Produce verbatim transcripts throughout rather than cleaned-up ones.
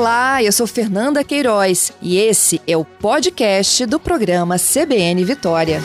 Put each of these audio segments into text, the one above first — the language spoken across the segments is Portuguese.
Olá, eu sou Fernanda Queiroz e esse é o podcast do programa C B N Vitória.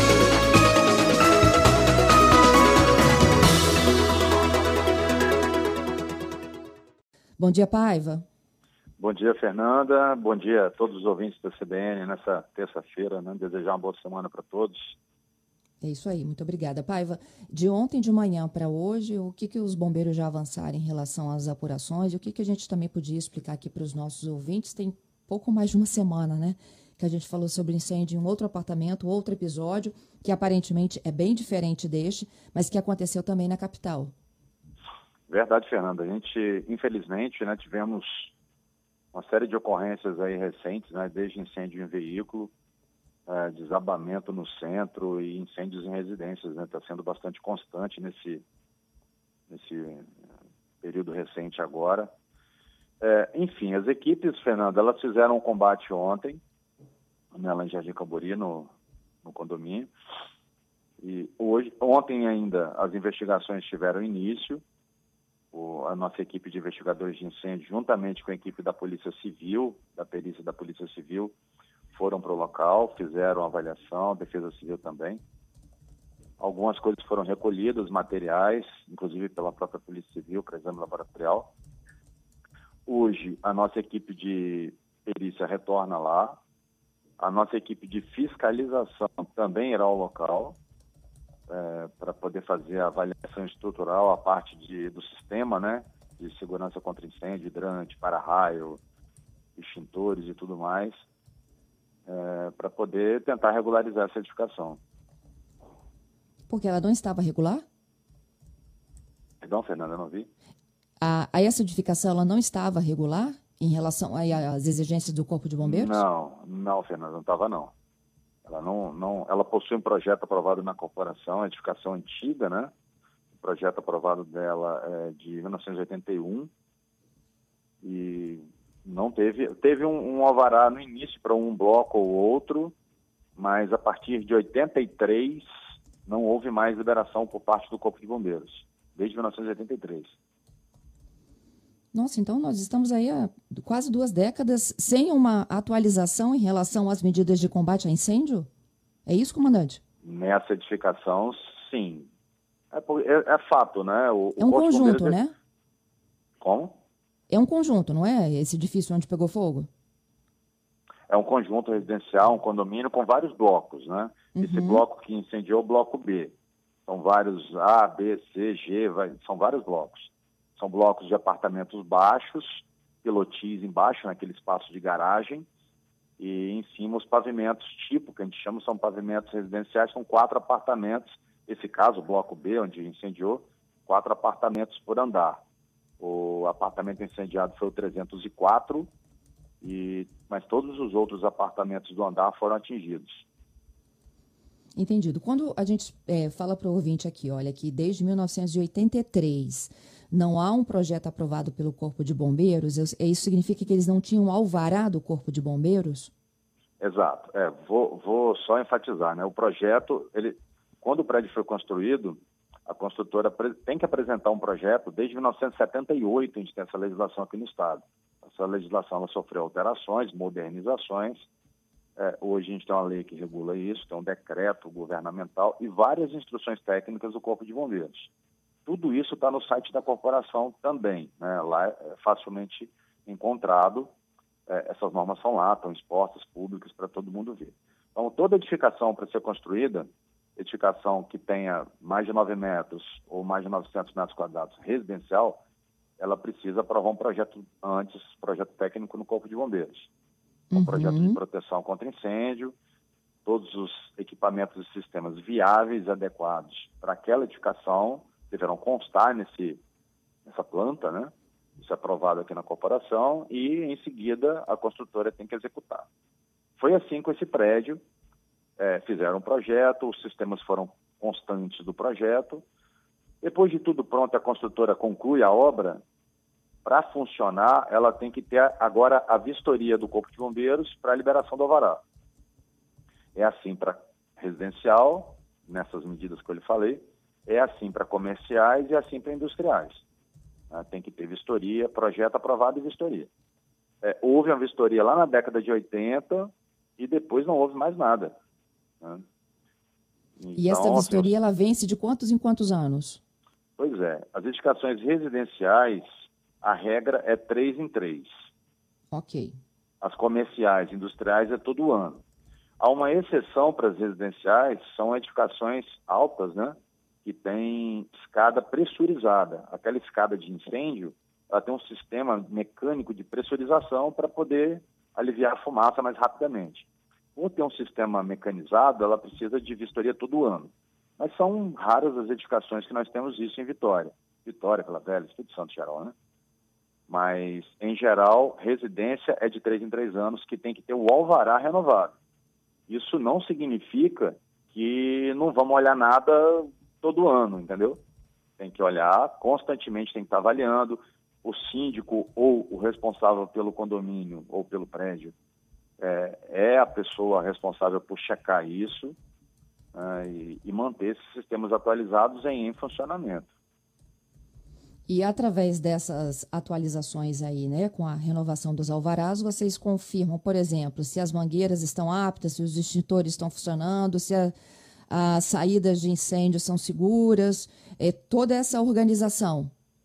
Bom dia, Paiva. Bom dia, Fernanda. Bom dia a todos os ouvintes da C B N nessa terça-feira, né? Desejar uma boa semana para todos. É isso aí, muito obrigada. Paiva, de ontem de manhã para hoje, o que, que os bombeiros já avançaram em relação às apurações e o que, que a gente também podia explicar aqui para os nossos ouvintes? Tem pouco mais de uma semana, né, que a gente falou sobre incêndio em um outro apartamento, outro episódio, que aparentemente é bem diferente deste, mas que aconteceu também na capital. Verdade, Fernanda. A gente, infelizmente, né, tivemos uma série de ocorrências aí recentes, né, desde incêndio em veículo, É, desabamento no centro e incêndios em residências, né? Está sendo bastante constante nesse, nesse período recente agora. É, enfim, as equipes, Fernanda, elas fizeram um combate ontem, né, lá em Jardim Cambori, no, no condomínio. E hoje, ontem ainda, as investigações tiveram início. O, a nossa equipe de investigadores de incêndio, juntamente com a equipe da Polícia Civil, da perícia da Polícia Civil, foram para o local, fizeram a avaliação, Defesa Civil também. Algumas coisas foram recolhidas, materiais, inclusive pela própria Polícia Civil, para exame laboratorial. Hoje, a nossa equipe de perícia retorna lá. A nossa equipe de fiscalização também irá ao local, é, para poder fazer a avaliação estrutural, a parte de, do sistema, né, de segurança contra incêndio, hidrante, para-raio, extintores e tudo mais. É, para poder tentar regularizar essa edificação. Porque ela não estava regular? Perdão, Fernanda, eu não vi. A, a essa edificação ela não estava regular em relação aí às exigências do Corpo de Bombeiros? Não, não, Fernanda, não estava não. Ela não, não. Ela possui um projeto aprovado na corporação, edificação antiga, né? O projeto aprovado dela é de mil novecentos e oitenta e um e não teve, teve um, um alvará no início para um bloco ou outro, mas a partir de oitenta e três não houve mais liberação por parte do Corpo de Bombeiros, desde mil novecentos e oitenta e três. Nossa, então nós estamos aí há quase duas décadas sem uma atualização em relação às medidas de combate a incêndio? É isso, comandante? Nessa edificação, sim. É, é, é fato, né? O, é um o conjunto, né? É... Como? É um conjunto, não é? Esse edifício onde pegou fogo? É um conjunto residencial, um condomínio com vários blocos, né? Uhum. Esse bloco que incendiou é o bloco B. São vários A, B, C, G, vai, são vários blocos. São blocos de apartamentos baixos, pilotis embaixo, naquele espaço de garagem, e em cima os pavimentos tipo, que a gente chama, são pavimentos residenciais, são quatro apartamentos. Esse caso, o bloco B, onde incendiou, quatro apartamentos por andar. O apartamento incendiado foi o trezentos e quatro, e, mas todos os outros apartamentos do andar foram atingidos. Entendido. Quando a gente é, fala para o ouvinte aqui, olha, que desde mil novecentos e oitenta e três não há um projeto aprovado pelo Corpo de Bombeiros, isso significa que eles não tinham alvará do Corpo de Bombeiros? Exato. É, vou, vou só enfatizar, né? O projeto, ele, quando o prédio foi construído, a construtora tem que apresentar um projeto. Desde mil novecentos e setenta e oito a gente tem essa legislação aqui no Estado. Essa legislação ela sofreu alterações, modernizações. É, hoje a gente tem uma lei que regula isso, tem um decreto governamental e várias instruções técnicas do Corpo de Bombeiros. Tudo isso está no site da corporação também, né? Lá é facilmente encontrado. É, essas normas são lá, estão expostas, públicas, para todo mundo ver. Então, toda edificação para ser construída, edificação que tenha mais de nove metros ou mais de novecentos metros quadrados residencial, ela precisa aprovar um projeto antes, projeto técnico no Corpo de Bombeiros. Um uhum. projeto de proteção contra incêndio, todos os equipamentos e sistemas viáveis e adequados para aquela edificação deverão constar nesse, nessa planta, né? Isso é aprovado aqui na corporação e, em seguida, a construtora tem que executar. Foi assim com esse prédio. É, fizeram um projeto, os sistemas foram constantes do projeto. Depois de tudo pronto, a construtora conclui a obra. Para funcionar, ela tem que ter agora a vistoria do Corpo de Bombeiros para a liberação do alvará. É assim para residencial, nessas medidas que eu lhe falei, é assim para comerciais e é assim para industriais. Tem que ter vistoria, projeto aprovado e vistoria. É, houve uma vistoria lá na década de oitenta e depois não houve mais nada, né? Então, e essa vistoria, assim, ela vence de quantos em quantos anos? Pois é. As edificações residenciais, a regra é três em três. Ok. As comerciais, industriais, é todo ano. Há uma exceção para as residenciais, são edificações altas, né? Que tem escada pressurizada. Aquela escada de incêndio, ela tem um sistema mecânico de pressurização para poder aliviar a fumaça mais rapidamente. Por ter um sistema mecanizado, ela precisa de vistoria todo ano. Mas são raras as edificações que nós temos isso em Vitória. Vitória, Vila Velha, Espírito Santo, geral, né? Mas, em geral, residência é de três em três anos, que tem que ter o alvará renovado. Isso não significa que não vamos olhar nada todo ano, entendeu? Tem que olhar constantemente, tem que estar avaliando. O síndico ou o responsável pelo condomínio ou pelo prédio é, é a pessoa responsável por checar isso, né, e, e manter esses sistemas atualizados em, em funcionamento. E através dessas atualizações aí, né, com a renovação dos alvarás, vocês confirmam, por exemplo, se as mangueiras estão aptas, se os extintores estão funcionando, se a, as saídas de incêndio são seguras, é, toda essa organização.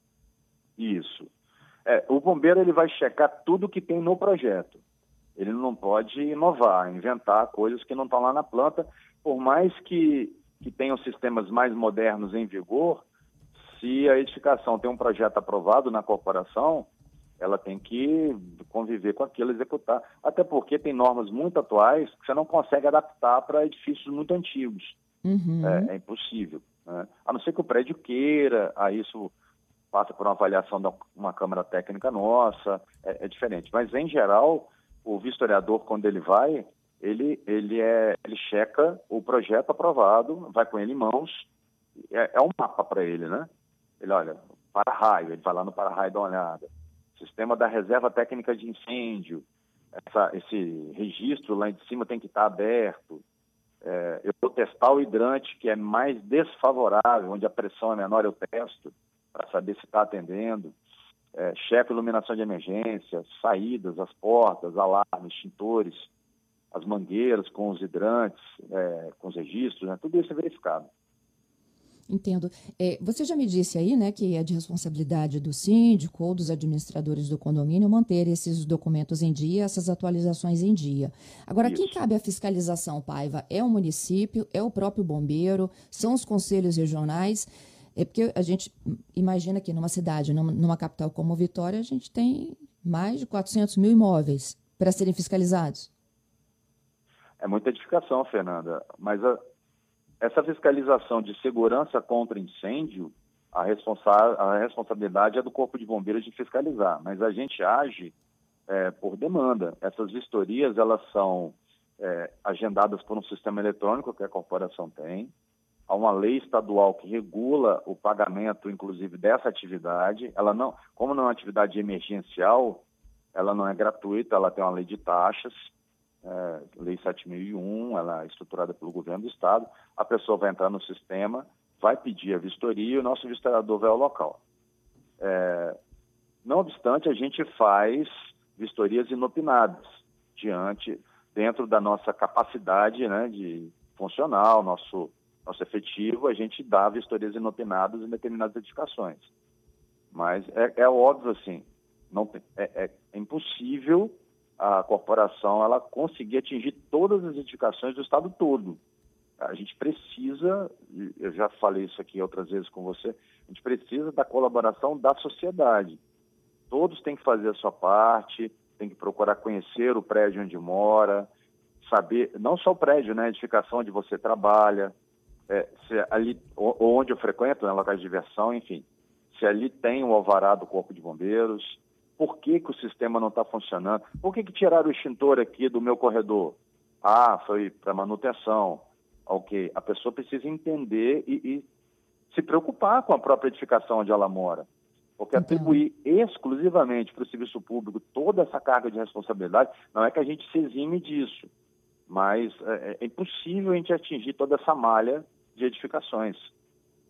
Isso. É, o bombeiro ele vai checar tudo que tem no projeto. Ele não pode inovar, inventar coisas que não estão lá na planta, por mais que, que tenham sistemas mais modernos em vigor. Se a edificação tem um projeto aprovado na corporação, ela tem que conviver com aquilo, executar. Até porque tem normas muito atuais que você não consegue adaptar para edifícios muito antigos. Uhum. É, é impossível, né? A não ser que o prédio queira, aí isso passa por uma avaliação de uma câmara técnica nossa, é, é diferente. Mas, em geral, o vistoriador, quando ele vai, ele, ele, é, ele checa o projeto aprovado, vai com ele em mãos, é, é um mapa para ele, né? Ele olha, para-raio, ele vai lá no para-raio dar uma olhada. Sistema da reserva técnica de incêndio, essa, esse registro lá em cima tem que estar aberto. É, eu vou testar o hidrante, que é mais desfavorável, onde a pressão é menor, eu testo, para saber se está atendendo. É, checo iluminação de emergência, saídas, as portas, alarmes, extintores, as mangueiras com os hidrantes, é, com os registros, né? Tudo isso é verificado. Entendo. É, você já me disse aí, né, que é de responsabilidade do síndico ou dos administradores do condomínio manter esses documentos em dia, essas atualizações em dia. Agora, Isso. Quem cabe a fiscalização, Paiva? É o município, é o próprio bombeiro, são os conselhos regionais? É porque a gente imagina que numa cidade, numa, numa capital como Vitória, a gente tem mais de quatrocentos mil imóveis para serem fiscalizados. É muita edificação, Fernanda, mas a essa fiscalização de segurança contra incêndio, a, responsa a responsabilidade é do Corpo de Bombeiros de fiscalizar, mas a gente age é, por demanda. Essas vistorias, elas são é, agendadas por um sistema eletrônico que a corporação tem. Há uma lei estadual que regula o pagamento, inclusive, dessa atividade. Ela não, como não é uma atividade emergencial, ela não é gratuita, ela tem uma lei de taxas. É, lei sete mil e um, ela é estruturada pelo governo do estado. A pessoa vai entrar no sistema, vai pedir a vistoria e o nosso vistoriador vai ao local. É, não obstante, a gente faz vistorias inopinadas diante, dentro da nossa capacidade, né, de funcional, nosso, nosso efetivo, a gente dá vistorias inopinadas em determinadas edificações. Mas é, é óbvio, assim, não, é, é impossível a corporação ela conseguir atingir todas as edificações do estado todo. A gente precisa, eu já falei isso aqui outras vezes com você, a gente precisa da colaboração da sociedade. Todos têm que fazer a sua parte, tem que procurar conhecer o prédio onde mora, saber, não só o prédio, né, a edificação onde você trabalha, é, se ali, ou, onde eu frequento, né, locais de diversão, enfim, se ali tem o alvará do Corpo de Bombeiros. Por que que o sistema não está funcionando? Por que que tiraram o extintor aqui do meu corredor? Ah, foi para manutenção. Ok, a pessoa precisa entender e, e se preocupar com a própria edificação onde ela mora. Porque Entendo. Atribuir exclusivamente para o serviço público toda essa carga de responsabilidade, não é que a gente se exime disso, mas é, é impossível a gente atingir toda essa malha de edificações.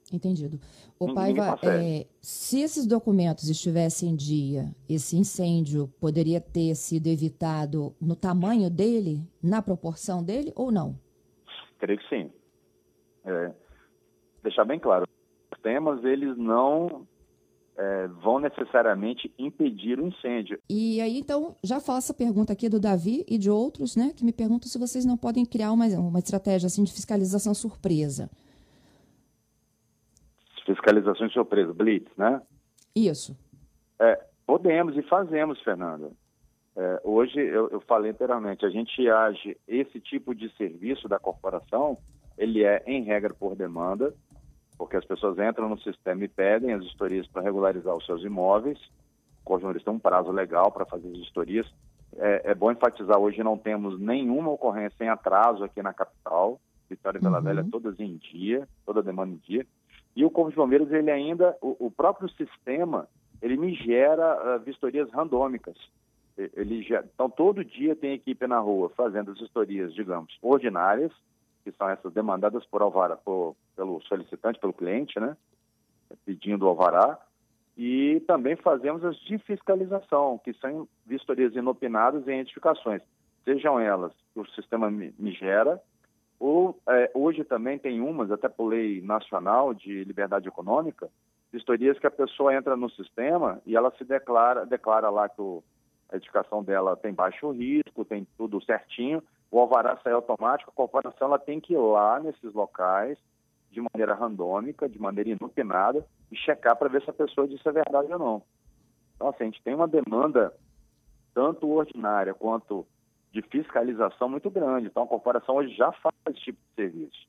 Entendido. Ô, Ninguém, ninguém Paiva, é, se esses documentos estivessem em dia, esse incêndio poderia ter sido evitado no tamanho dele, na proporção dele, ou não? Creio que sim. É, deixar bem claro, os sistemas, eles não é, vão necessariamente impedir o incêndio. E aí, então, já faço a pergunta aqui do Davi e de outros, né, que me perguntam se vocês não podem criar uma, uma estratégia assim de fiscalização surpresa. Fiscalização de surpresa, blitz, né? Isso. É, podemos e fazemos, Fernanda. É, hoje, eu, eu falei anteriormente, a gente age, esse tipo de serviço da corporação, ele é, em regra, por demanda, porque as pessoas entram no sistema e pedem as vistorias para regularizar os seus imóveis. O Corpo de Bombeiros tem um prazo legal para fazer as vistorias. É, é bom enfatizar, hoje não temos nenhuma ocorrência em atraso aqui na capital. Vitória e Vila Uhum. Velha, todas em dia, toda demanda em dia. E o Corpo de Bombeiros, ele ainda, o, o próprio sistema, ele me gera uh, vistorias randômicas. Ele já, então, todo dia tem equipe na rua fazendo as vistorias, digamos, ordinárias, que são essas demandadas por alvará, por, pelo solicitante, pelo cliente, né, pedindo o alvará, e também fazemos as de fiscalização, que são vistorias inopinadas em edificações, sejam elas que o sistema me, me gera, ou é, hoje também tem umas, até por lei nacional de liberdade econômica, vistorias que a pessoa entra no sistema e ela se declara, declara lá que o, a edificação dela tem baixo risco, tem tudo certinho, o alvará sai automático, a corporação ela tem que ir lá nesses locais de maneira randômica, de maneira inopinada, e checar para ver se a pessoa disse a verdade ou não. Então, assim, a gente tem uma demanda tanto ordinária quanto de fiscalização muito grande. Então, a corporação hoje já faz esse tipo de serviço.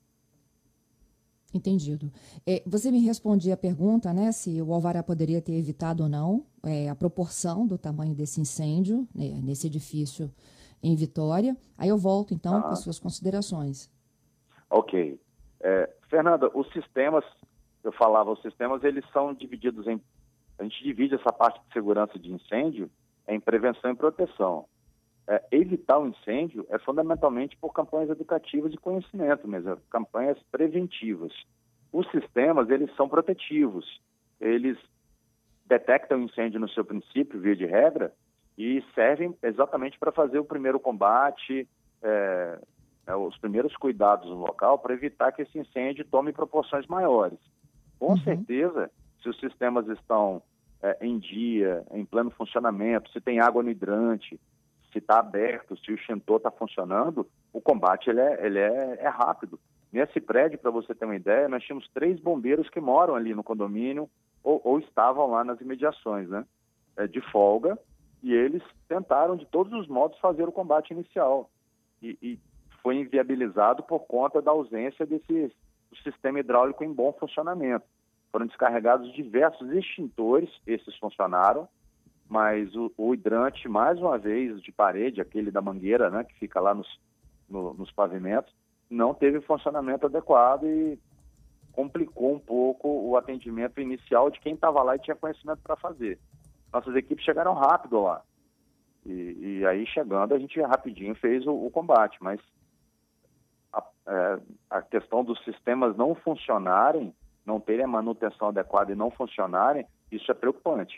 Entendido. É, você me respondia a pergunta, né, se o alvará poderia ter evitado ou não é, a proporção do tamanho desse incêndio, né, nesse edifício em Vitória. Aí eu volto, então, com as suas considerações. Ok. É, Fernanda, os sistemas, eu falava, os sistemas, eles são divididos em... A gente divide essa parte de segurança de incêndio em prevenção e proteção. É, evitar o incêndio é fundamentalmente por campanhas educativas de conhecimento mesmo, campanhas preventivas. Os sistemas, eles são protetivos. Eles detectam incêndio no seu princípio, via de regra, e servem exatamente para fazer o primeiro combate, é, é, os primeiros cuidados no local para evitar que esse incêndio tome proporções maiores. Com Uhum. certeza, se os sistemas estão é, em dia, em pleno funcionamento, se tem água no hidrante, se está aberto, se o extintor está funcionando, o combate ele é, ele é, é rápido. Nesse prédio, para você ter uma ideia, nós tínhamos três bombeiros que moram ali no condomínio ou, ou estavam lá nas imediações, né, é, de folga, e eles tentaram de todos os modos fazer o combate inicial. E, e foi inviabilizado por conta da ausência desse do sistema hidráulico em bom funcionamento. Foram descarregados diversos extintores, esses funcionaram, mas o, o hidrante, mais uma vez, de parede, aquele da mangueira, né, que fica lá nos, no, nos pavimentos, não teve funcionamento adequado e complicou um pouco o atendimento inicial de quem estava lá e tinha conhecimento para fazer. Nossas equipes chegaram rápido lá. E, e aí, chegando, a gente rapidinho fez o, o combate, mas a, é, a questão dos sistemas não funcionarem, não terem a manutenção adequada e não funcionarem, isso é preocupante.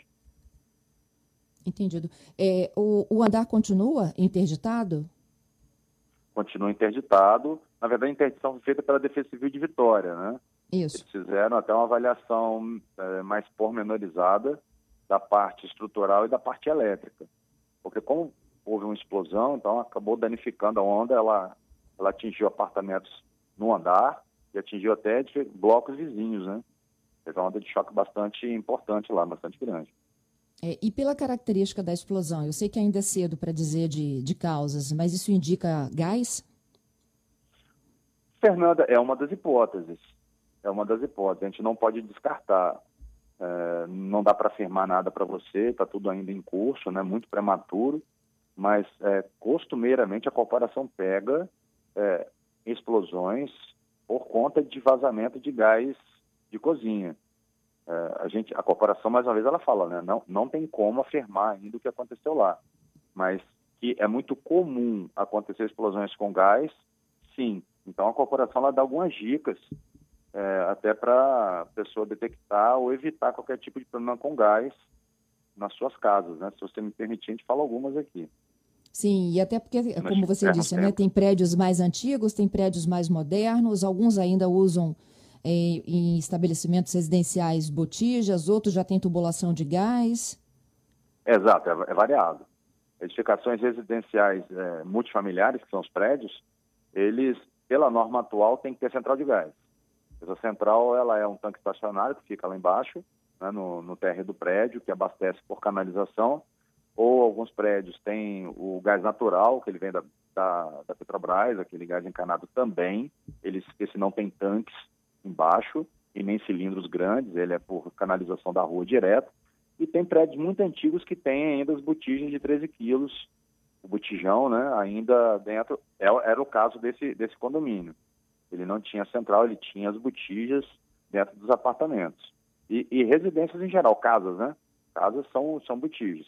Entendido. É, o, o andar continua interditado? Continua interditado. Na verdade, a interdição foi feita pela Defesa Civil de Vitória, né? Isso. Eles fizeram até uma avaliação é, mais pormenorizada da parte estrutural e da parte elétrica. Porque como houve uma explosão, então acabou danificando a onda, ela, ela atingiu apartamentos no andar e atingiu até de blocos vizinhos, né? Teve uma onda de choque bastante importante lá, bastante grande. É, e pela característica da explosão, eu sei que ainda é cedo para dizer de, de causas, mas isso indica gás? Fernanda, é uma das hipóteses. É uma das hipóteses. A gente não pode descartar. É, não dá para afirmar nada para você, está tudo ainda em curso, né? Muito prematuro, mas é, costumeiramente a corporação pega é, explosões por conta de vazamento de gás de cozinha. É, a, gente, a corporação, mais uma vez, ela fala, né? Não, não tem como afirmar ainda o que aconteceu lá, mas que é muito comum acontecer explosões com gás, sim. Então a corporação ela dá algumas dicas é, até para a pessoa detectar ou evitar qualquer tipo de problema com gás nas suas casas, né? Se você me permitir, a gente fala algumas aqui. Sim, e até porque, Nós como você tivermos disse, né, tempo. tem prédios mais antigos, tem prédios mais modernos, alguns ainda usam é, em estabelecimentos residenciais botijas, outros já têm tubulação de gás. Exato, é, é variado. Edificações residenciais é, multifamiliares, que são os prédios, eles, pela norma atual, têm que ter central de gás. Essa central, ela é um tanque estacionário que fica lá embaixo, né, no, no térreo do prédio, que abastece por canalização, ou alguns prédios têm o gás natural, que ele vem da, da, da Petrobras, aquele gás encanado também. Eles, esse não tem tanques embaixo e nem cilindros grandes, ele é por canalização da rua direto. E tem prédios muito antigos que têm ainda as botijas de treze quilos, o botijão, né, ainda dentro. Era o caso desse, desse condomínio. Ele não tinha central, ele tinha as botijas dentro dos apartamentos. E, e residências em geral, casas, né? Casas são, são botijas.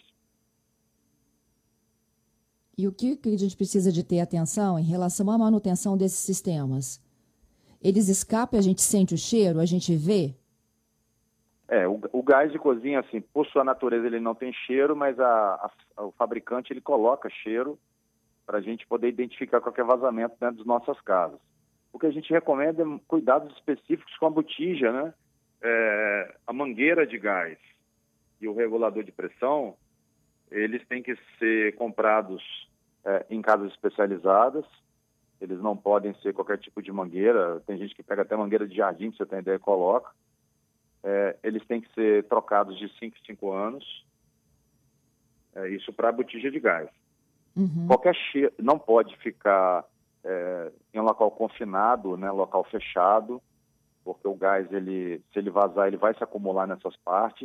E o que, que a gente precisa de ter atenção em relação à manutenção desses sistemas? Eles escapam, a gente sente o cheiro, a gente vê? É, o, o gás de cozinha, assim, por sua natureza, ele não tem cheiro, mas a, a, o fabricante, ele coloca cheiro para a gente poder identificar qualquer vazamento dentro das nossas casas. O que a gente recomenda é cuidados específicos com a botija, né? É, a mangueira de gás e o regulador de pressão, eles têm que ser comprados é, em casas especializadas. Eles não podem ser qualquer tipo de mangueira. Tem gente que pega até mangueira de jardim, para você ter ideia, e coloca. É, eles têm que ser trocados de cinco em cinco anos. É, isso para a botija de gás. Uhum. Qualquer cheiro não pode ficar é, em um local confinado, né, local fechado, porque o gás, ele, se ele vazar, ele vai se acumular nessas partes.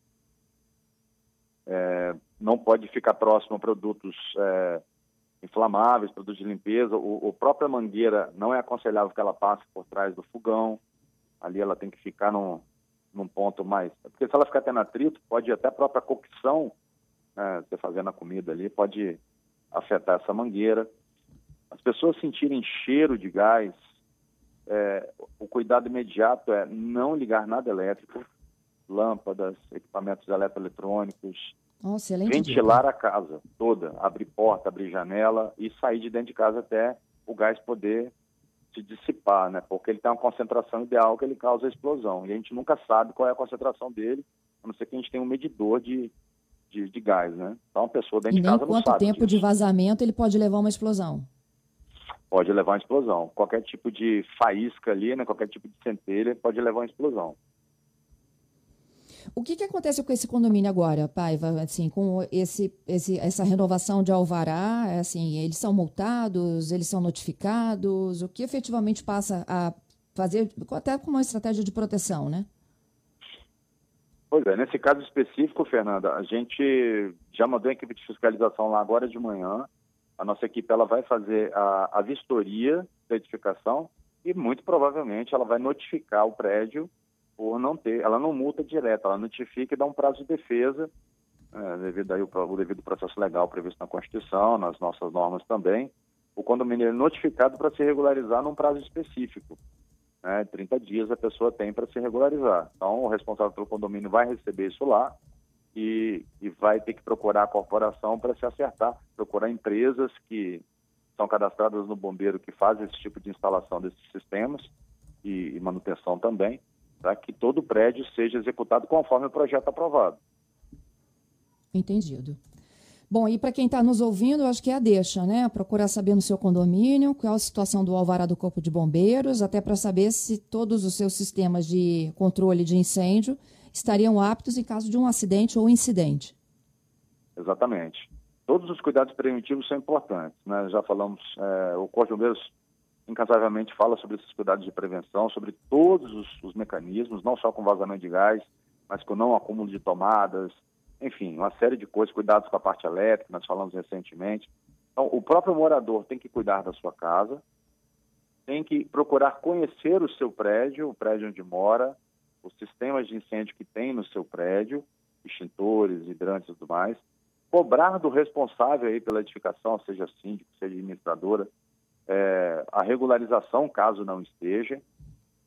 É, não pode ficar próximo a produtos é, inflamáveis, produtos de limpeza. O, o própria mangueira não é aconselhável que ela passe por trás do fogão. Ali ela tem que ficar num, num ponto mais... Porque se ela ficar tendo atrito, pode até a própria cocção, né, você fazendo a comida ali, pode afetar essa mangueira. As pessoas sentirem cheiro de gás, é, o cuidado imediato é não ligar nada elétrico, lâmpadas, equipamentos eletroeletrônicos, Oh, excelente ventilar dica. a casa toda, abrir porta, abrir janela e sair de dentro de casa até o gás poder se dissipar, né? Porque ele tem uma concentração ideal que ele causa a explosão. E a gente nunca sabe qual é a concentração dele, a não ser que a gente tenha um medidor de, de, de gás, né? Então a pessoa dentro E de nem casa não quanto sabe tempo de disso. vazamento ele pode levar uma explosão. Pode levar uma explosão. Qualquer tipo de faísca ali, né? Qualquer tipo de centelha pode levar uma explosão. O que, que acontece com esse condomínio agora, Paiva? Assim, com esse, esse, essa renovação de alvará, assim, eles são multados, eles são notificados? O que efetivamente passa a fazer, até como uma estratégia de proteção, né? Pois é, nesse caso específico, Fernanda, a gente já mandou a equipe de fiscalização lá agora de manhã. A nossa equipe ela vai fazer a, a vistoria da edificação e muito provavelmente ela vai notificar o prédio por não ter, ela não multa direto, ela notifica e dá um prazo de defesa, é, devido aí o, o devido processo legal previsto na Constituição, nas nossas normas também. O condomínio é notificado para se regularizar num prazo específico, né? trinta dias a pessoa tem para se regularizar. Então, o responsável pelo condomínio vai receber isso lá e, e vai ter que procurar a corporação para se acertar, procurar empresas que são cadastradas no bombeiro que fazem esse tipo de instalação desses sistemas e, e manutenção também, para que todo o prédio seja executado conforme o projeto aprovado. Entendido. Bom, e para quem está nos ouvindo, eu acho que é a deixa, né? Procurar saber no seu condomínio qual é a situação do alvará do Corpo de Bombeiros, até para saber se todos os seus sistemas de controle de incêndio estariam aptos em caso de um acidente ou incidente. Exatamente. Todos os cuidados preventivos são importantes, né? Já falamos, é, o Corpo de Bombeiros incansavelmente fala sobre esses cuidados de prevenção, sobre todos os, os mecanismos, não só com vazamento de gás, mas com não acúmulo de tomadas, enfim, uma série de coisas, cuidados com a parte elétrica, nós falamos recentemente. Então, o próprio morador tem que cuidar da sua casa, tem que procurar conhecer o seu prédio, o prédio onde mora, os sistemas de incêndio que tem no seu prédio, extintores, hidrantes e tudo mais, cobrar do responsável aí pela edificação, seja síndico, seja administradora, É, a regularização, caso não esteja,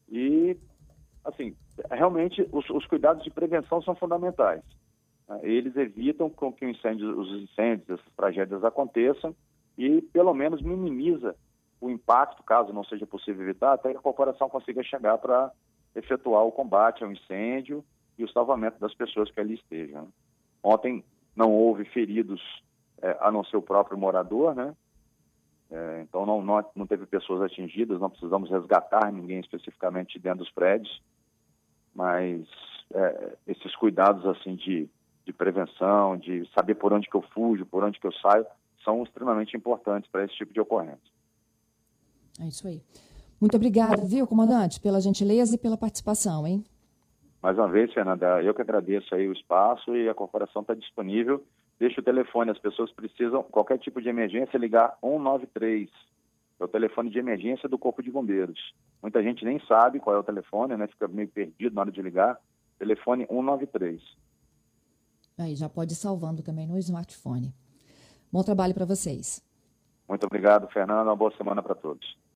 E, assim, realmente os, os cuidados de prevenção são fundamentais. Eles evitam com que o incêndio, os incêndios, essas tragédias aconteçam e, pelo menos, minimiza o impacto, caso não seja possível evitar, até que a corporação consiga chegar para efetuar o combate ao incêndio e o salvamento das pessoas que ali estejam. Ontem não houve feridos, é, a não ser o próprio morador, né? É, então não, não, não teve pessoas atingidas, não precisamos resgatar ninguém especificamente dentro dos prédios, mas é, esses cuidados assim de, de prevenção, de saber por onde que eu fujo, por onde que eu saio, são extremamente importantes para esse tipo de ocorrência. É isso aí. Muito obrigada, viu, comandante, pela gentileza e pela participação, hein? Mais uma vez, Fernanda, eu que agradeço aí o espaço e a corporação está disponível. Deixa o telefone, as pessoas precisam, qualquer tipo de emergência, ligar um nove três. É o telefone de emergência do Corpo de Bombeiros. Muita gente nem sabe qual é o telefone, né? Fica meio perdido na hora de ligar. Telefone um nove três. Aí já pode ir salvando também no smartphone. Bom trabalho para vocês. Muito obrigado, Fernanda. Uma boa semana para todos.